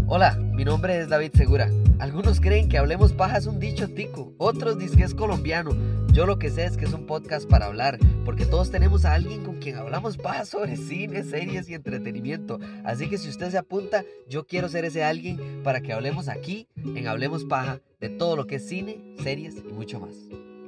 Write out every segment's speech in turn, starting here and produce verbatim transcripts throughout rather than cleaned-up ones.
Hola, mi nombre es David Segura. Algunos creen que Hablemos Paja es un dicho tico, otros dicen que es colombiano. Yo lo que sé es que es un podcast para hablar, porque todos tenemos a alguien con quien hablamos paja sobre cine, series y entretenimiento. Así que si usted se apunta, yo quiero ser ese alguien para que hablemos aquí, en Hablemos Paja, de todo lo que es cine, series y mucho más.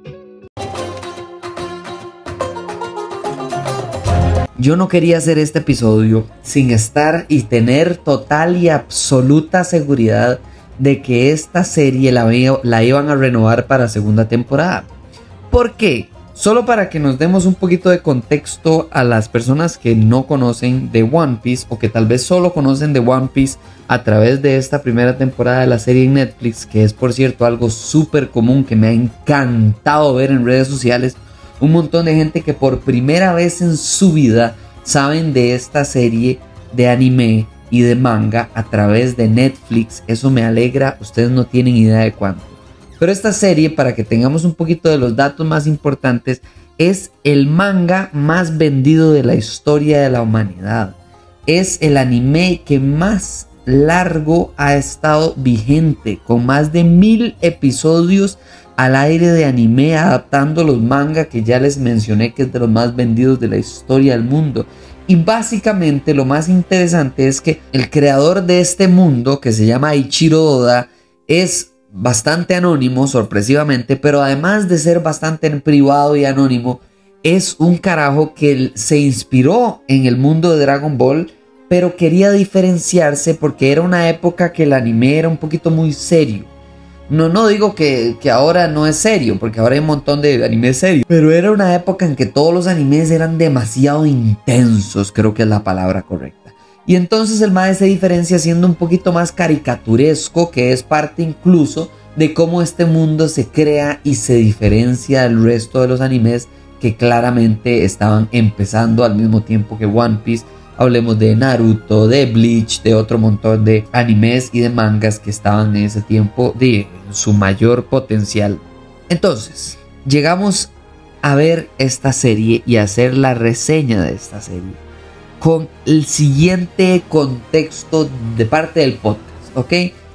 Yo no quería hacer este episodio sin estar y tener total y absoluta seguridad de que esta serie la, la iban a renovar para segunda temporada. ¿Por qué? Solo para que nos demos un poquito de contexto a las personas que no conocen de One Piece o que tal vez solo conocen de One Piece a través de esta primera temporada de la serie en Netflix, que es por cierto algo súper común que me ha encantado ver en redes sociales. Un montón de gente que por primera vez en su vida saben de esta serie de anime y de manga a través de Netflix. Eso me alegra, ustedes no tienen idea de cuánto. Pero esta serie, para que tengamos un poquito de los datos más importantes, es el manga más vendido de la historia de la humanidad. Es el anime que más largo ha estado vigente, con más de mil episodios al aire de anime, adaptando los manga que ya les mencioné que es de los más vendidos de la historia del mundo. Y básicamente lo más interesante es que el creador de este mundo, que se llama Eiichiro Oda, es bastante anónimo, sorpresivamente, pero además de ser bastante en privado y anónimo, es un carajo que se inspiró en el mundo de Dragon Ball, pero quería diferenciarse porque era una época que el anime era un poquito muy serio. No, no digo que, que ahora no es serio, porque ahora hay un montón de animes serios. Pero era una época en que todos los animes eran demasiado intensos, creo que es la palabra correcta. Y entonces el mae se diferencia siendo un poquito más caricaturesco, que es parte incluso de cómo este mundo se crea y se diferencia del resto de los animes que claramente estaban empezando al mismo tiempo que One Piece. Hablemos de Naruto, de Bleach, de otro montón de animes y de mangas que estaban en ese tiempo de su mayor potencial. Entonces, llegamos a ver esta serie y a hacer la reseña de esta serie con el siguiente contexto de parte del podcast, ¿ok?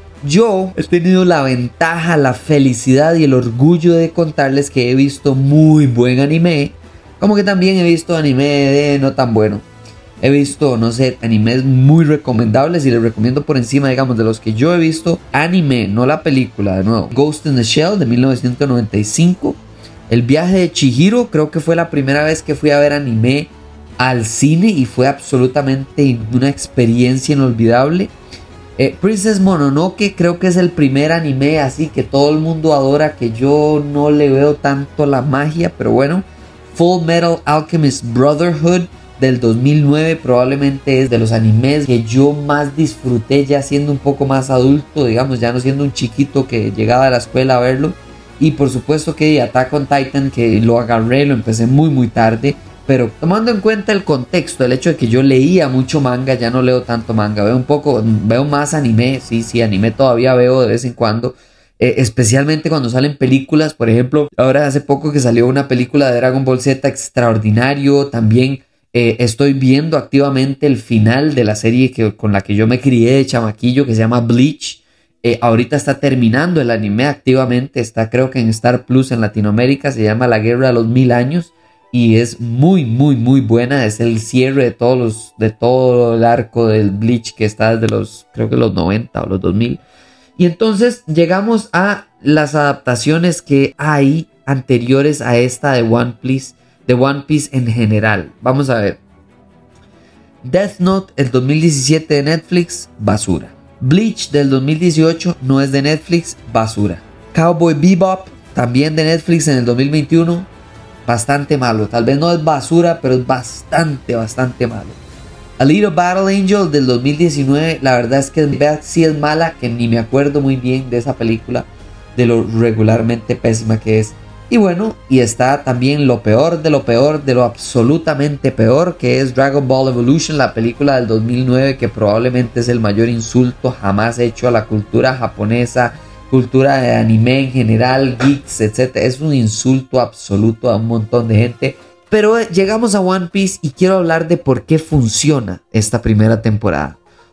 Yo he tenido la ventaja, la felicidad y el orgullo de contarles que he visto muy buen anime, como que también he visto anime de no tan bueno. He visto, no sé, animes muy recomendables y les recomiendo por encima, digamos, de los que yo he visto. Anime, no la película, de nuevo. Ghost in the Shell de mil novecientos noventa y cinco. El viaje de Chihiro, creo que fue la primera vez que fui a ver anime al cine y fue absolutamente una experiencia inolvidable. Eh, Princess Mononoke, creo que es el primer anime así que todo el mundo adora, que yo no le veo tanto la magia, pero bueno. Full Metal Alchemist Brotherhood del dos mil nueve, probablemente es de los animes que yo más disfruté ya siendo un poco más adulto, digamos, ya no siendo un chiquito que llegaba a la escuela a verlo. Y por supuesto que Attack on Titan, que lo agarré, lo empecé muy muy tarde, pero tomando en cuenta el contexto, el hecho de que yo leía mucho manga, ya no leo tanto manga, veo un poco, veo más anime, sí, sí, anime todavía veo de vez en cuando. Eh, especialmente cuando salen películas, por ejemplo, ahora hace poco que salió una película de Dragon Ball Z extraordinario, también. Eh, estoy viendo activamente el final de la serie que, con la que yo me crié de chamaquillo, que se llama Bleach. Eh, ahorita está terminando el anime activamente, está creo que en Star Plus en Latinoamérica, se llama La Guerra de los Mil Años y es muy muy muy buena. Es el cierre de todos los, de todo el arco del Bleach que está desde los, creo que los noventa o los dos mil. Y entonces llegamos a las adaptaciones que hay anteriores a esta de One Piece. De One Piece en general. Vamos a ver. Death Note, el dos mil diecisiete de Netflix, basura. Bleach del dos mil dieciocho, no es de Netflix, basura. Cowboy Bebop, también de Netflix en el dos mil veintiuno, bastante malo. Tal vez no es basura, pero es bastante, bastante malo. Alita Battle Angel del dos mil diecinueve, la verdad es que sí es mala, que ni me acuerdo muy bien de esa película, de lo regularmente pésima que es. Y bueno, y está también lo peor de lo peor de lo absolutamente peor, que es Dragon Ball Evolution, la película del dos mil nueve, que probablemente es el mayor insulto jamás hecho a la cultura japonesa, cultura de anime en general, geeks, etcétera. Es un insulto absoluto a un montón de gente. Pero llegamos a One Piece y quiero hablar de por qué funciona esta primera temporada.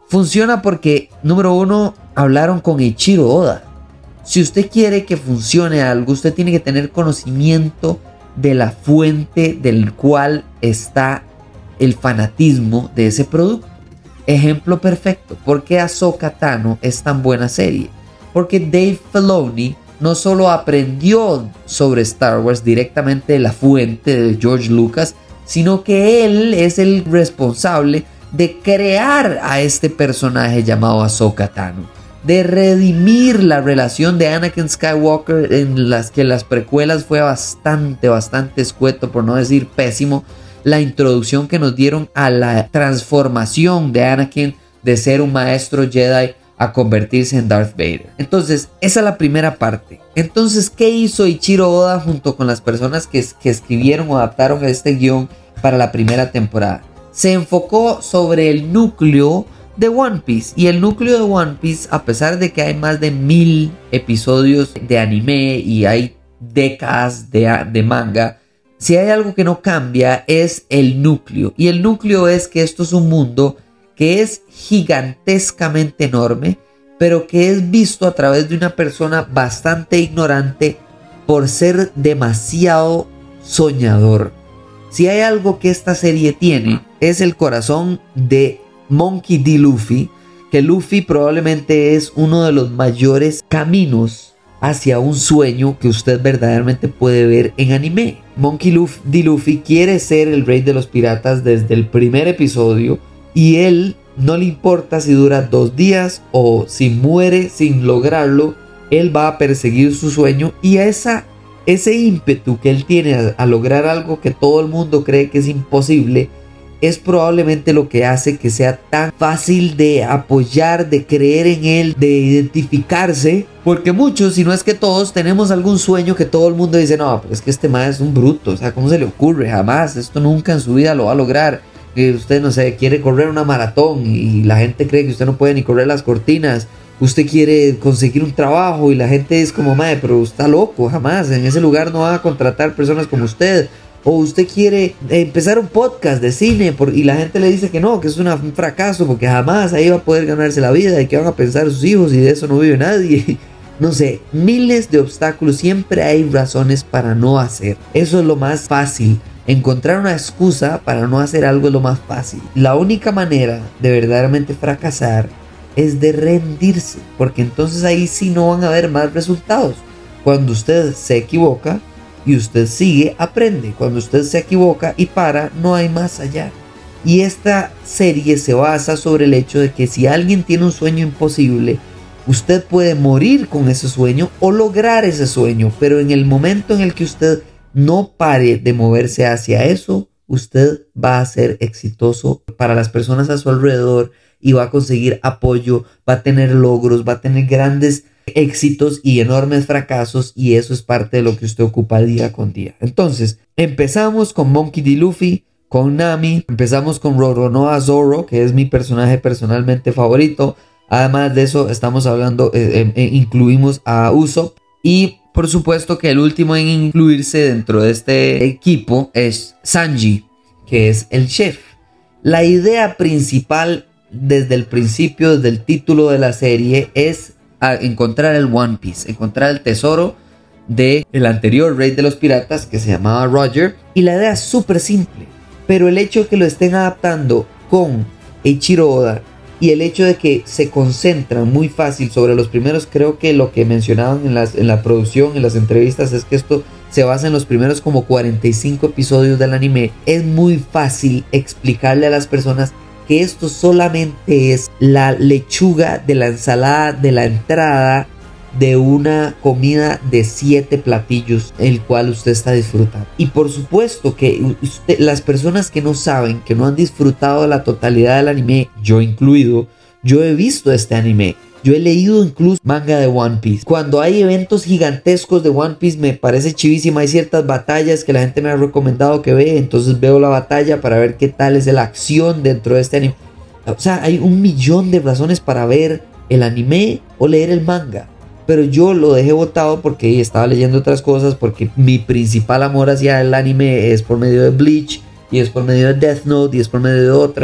Funciona porque, número uno, hablaron con Eiichiro Oda. Si usted quiere que funcione algo, usted tiene que tener conocimiento de la fuente del cual está el fanatismo de ese producto. Ejemplo perfecto. ¿Por qué Ahsoka Tano es tan buena serie? Porque Dave Filoni no solo aprendió sobre Star Wars directamente de la fuente de George Lucas, sino que él es el responsable de crear a este personaje llamado Ahsoka Tano, de redimir la relación de Anakin Skywalker, en las que las precuelas fue bastante, bastante escueto, por no decir pésimo, la introducción que nos dieron a la transformación de Anakin de ser un maestro Jedi a convertirse en Darth Vader. Entonces, esa es la primera parte. Entonces, ¿qué hizo Eiichiro Oda junto con las personas que, que escribieron o adaptaron este guión para la primera temporada? Se enfocó sobre el núcleo de One Piece. Y el núcleo de One Piece, a pesar de que hay más de mil episodios de anime y hay décadas de, de manga, si hay algo que no cambia es el núcleo. Y el núcleo es que esto es un mundo que es gigantescamente enorme, pero que es visto a través de una persona bastante ignorante por ser demasiado soñador. Si hay algo que esta serie tiene, es el corazón de Monkey D. Luffy, que Luffy probablemente es uno de los mayores caminos hacia un sueño que usted verdaderamente puede ver en anime. Monkey D. Luffy quiere ser el rey de los piratas desde el primer episodio, y él no le importa si dura dos días o si muere sin lograrlo, él va a perseguir su sueño, y esa, ese ímpetu que él tiene a, a lograr algo que todo el mundo cree que es imposible, es probablemente lo que hace que sea tan fácil de apoyar, de creer en él, de identificarse. Porque muchos, si no es que todos, tenemos algún sueño que todo el mundo dice: no, pero es que este man es un bruto, o sea, ¿cómo se le ocurre? Jamás, esto nunca en su vida lo va a lograr. Que usted, no sé, quiere correr una maratón y la gente cree que usted no puede ni correr las cortinas. Usted quiere conseguir un trabajo y la gente es como: madre, pero está loco, jamás, en ese lugar no van a contratar personas como usted. O usted quiere empezar un podcast de cine por, y la gente le dice que no, que es una, un fracaso porque jamás ahí va a poder ganarse la vida y que van a pensar sus hijos y de eso no vive nadie. No sé, miles de obstáculos, siempre hay razones para no hacer. Eso es lo más fácil. Encontrar una excusa para no hacer algo es lo más fácil. La única manera de verdaderamente fracasar es de rendirse, porque entonces ahí sí no van a haber más resultados. Cuando usted se equivoca y usted sigue, aprende. Cuando usted se equivoca y para, no hay más allá. Y esta serie se basa sobre el hecho de que si alguien tiene un sueño imposible, usted puede morir con ese sueño o lograr ese sueño, pero en el momento en el que usted no pare de moverse hacia eso, usted va a ser exitoso para las personas a su alrededor y va a conseguir apoyo, va a tener logros, va a tener grandes éxitos y enormes fracasos, y eso es parte de lo que usted ocupa día con día. Entonces, empezamos con Monkey D. Luffy, con Nami, empezamos con Roronoa Zoro, que es mi personaje personalmente favorito. Además de eso, estamos hablando, eh, eh, incluimos a Usopp, y por supuesto que el último en incluirse dentro de este equipo es Sanji, que es el chef. La idea principal desde el principio, desde el título de la serie, es a encontrar el One Piece, encontrar el tesoro de el anterior rey de los piratas que se llamaba Roger. Y la idea es súper simple, pero el hecho de que lo estén adaptando con Eiichiro Oda y el hecho de que se concentran muy fácil sobre los primeros, creo que lo que mencionaban en, las, en la producción, en las entrevistas, es que esto se basa en los primeros como cuarenta y cinco episodios del anime. Es muy fácil explicarle a las personas que esto solamente es la lechuga de la ensalada de la entrada de una comida de siete platillos, el cual usted está disfrutando. Y por supuesto que usted, las personas que no saben, que no han disfrutado de la totalidad del anime, yo incluido, yo he visto este anime. Yo he leído incluso manga de One Piece. Cuando hay eventos gigantescos de One Piece me parece chivísima. Hay ciertas batallas que la gente me ha recomendado que vea. Entonces veo la batalla para ver qué tal es la acción dentro de este anime. O sea, hay un millón de razones para ver el anime o leer el manga. Pero yo lo dejé botado porque estaba leyendo otras cosas. Porque mi principal amor hacia el anime es por medio de Bleach, y es por medio de Death Note, y es por medio de otras.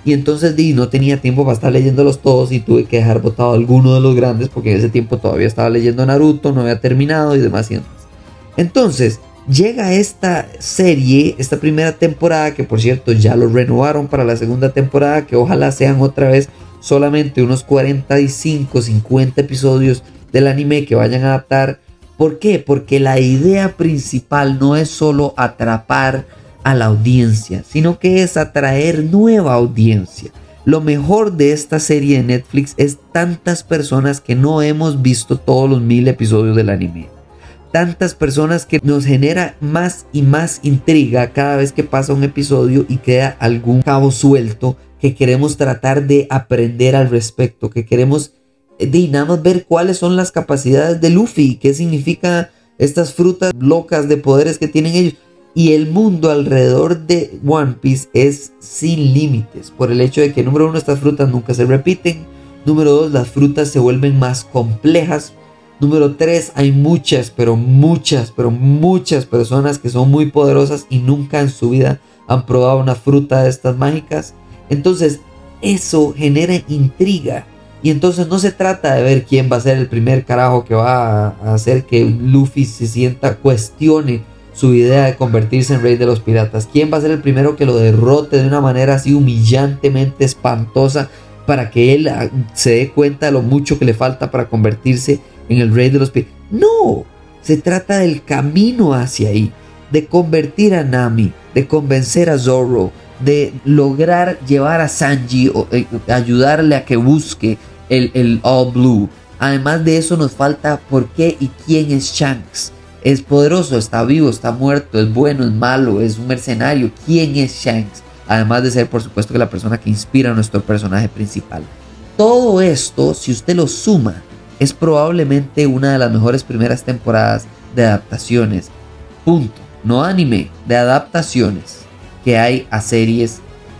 Y entonces di, no tenía tiempo para estar leyéndolos todos y tuve que dejar botado alguno de los grandes porque en ese tiempo todavía estaba leyendo Naruto, no había terminado y demás y demás. Entonces llega esta serie, esta primera temporada, que por cierto ya lo renovaron para la segunda temporada, que ojalá sean otra vez solamente unos cuarenta y cinco, cincuenta episodios del anime que vayan a adaptar. ¿Por qué? Porque la idea principal no es solo atrapar a la audiencia, sino que es atraer nueva audiencia. Lo mejor de esta serie de Netflix es tantas personas que no hemos visto todos los mil episodios del anime. Tantas personas que nos genera más y más intriga cada vez que pasa un episodio y queda algún cabo suelto que queremos tratar de aprender al respecto, que queremos de nada más ver cuáles son las capacidades de Luffy, qué significa estas frutas locas de poderes que tienen ellos. Y el mundo alrededor de One Piece es sin límites, por el hecho de que, número uno, estas frutas nunca se repiten. Número dos, las frutas se vuelven más complejas. Número tres, hay muchas, pero muchas, pero muchas personas que son muy poderosas y nunca en su vida han probado una fruta de estas mágicas. Entonces, eso genera intriga. Y entonces no se trata de ver quién va a ser el primer carajo que va a hacer que Luffy se sienta, cuestione su idea de convertirse en rey de los piratas. ¿Quién va a ser el primero que lo derrote de una manera así humillantemente espantosa para que él se dé cuenta de lo mucho que le falta para convertirse en el rey de los piratas? No, se trata del camino hacia ahí, de convertir a Nami, de convencer a Zoro, de lograr llevar a Sanji o eh, ayudarle a que busque el, el All Blue. Además de eso nos falta por qué y quién es Shanks. ¿Es poderoso? ¿Está vivo? ¿Está muerto? ¿Es bueno? ¿Es malo? ¿Es un mercenario? ¿Quién es Shanks? Además de ser, por supuesto, que la persona que inspira a nuestro personaje principal. Todo esto, si usted lo suma, es probablemente una de las mejores primeras temporadas de adaptaciones. Punto. No anime, de adaptaciones que hay a series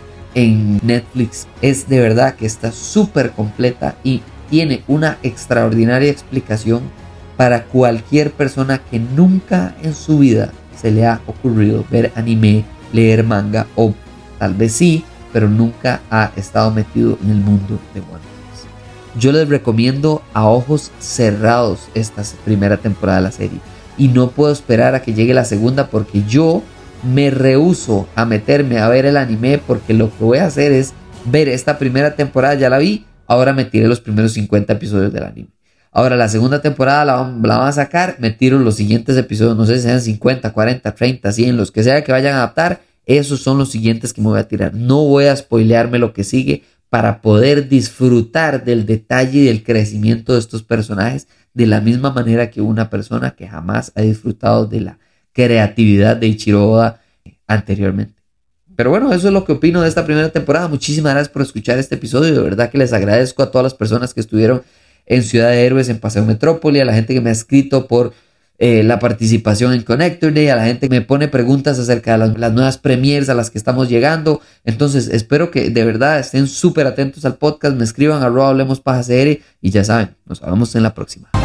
en Netflix. Es de verdad que está súper completa y tiene una extraordinaria explicación para cualquier persona que nunca en su vida se le ha ocurrido ver anime, leer manga, o tal vez sí, pero nunca ha estado metido en el mundo de One Piece. Yo les recomiendo a ojos cerrados esta primera temporada de la serie y no puedo esperar a que llegue la segunda, porque yo me rehúso a meterme a ver el anime, porque lo que voy a hacer es ver esta primera temporada. Ya la vi, ahora me tiré los primeros cincuenta episodios del anime. Ahora la segunda temporada la, la van a sacar, me tiro los siguientes episodios, no sé si sean cincuenta, cuarenta, treinta, cien, los que sea que vayan a adaptar. Esos son los siguientes que me voy a tirar. No voy a spoilearme lo que sigue para poder disfrutar del detalle y del crecimiento de estos personajes de la misma manera que una persona que jamás ha disfrutado de la creatividad de Eiichiro Oda anteriormente. Pero bueno, eso es lo que opino de esta primera temporada. Muchísimas gracias por escuchar este episodio. De verdad que les agradezco a todas las personas que estuvieron en Ciudad de Héroes, en Paseo Metrópoli, a la gente que me ha escrito por eh, la participación en Connector Day, a la gente que me pone preguntas acerca de las, las nuevas premieres a las que estamos llegando. Entonces espero que de verdad estén súper atentos al podcast, me escriban arroba hablemos paja cr y ya saben, nos vemos en la próxima.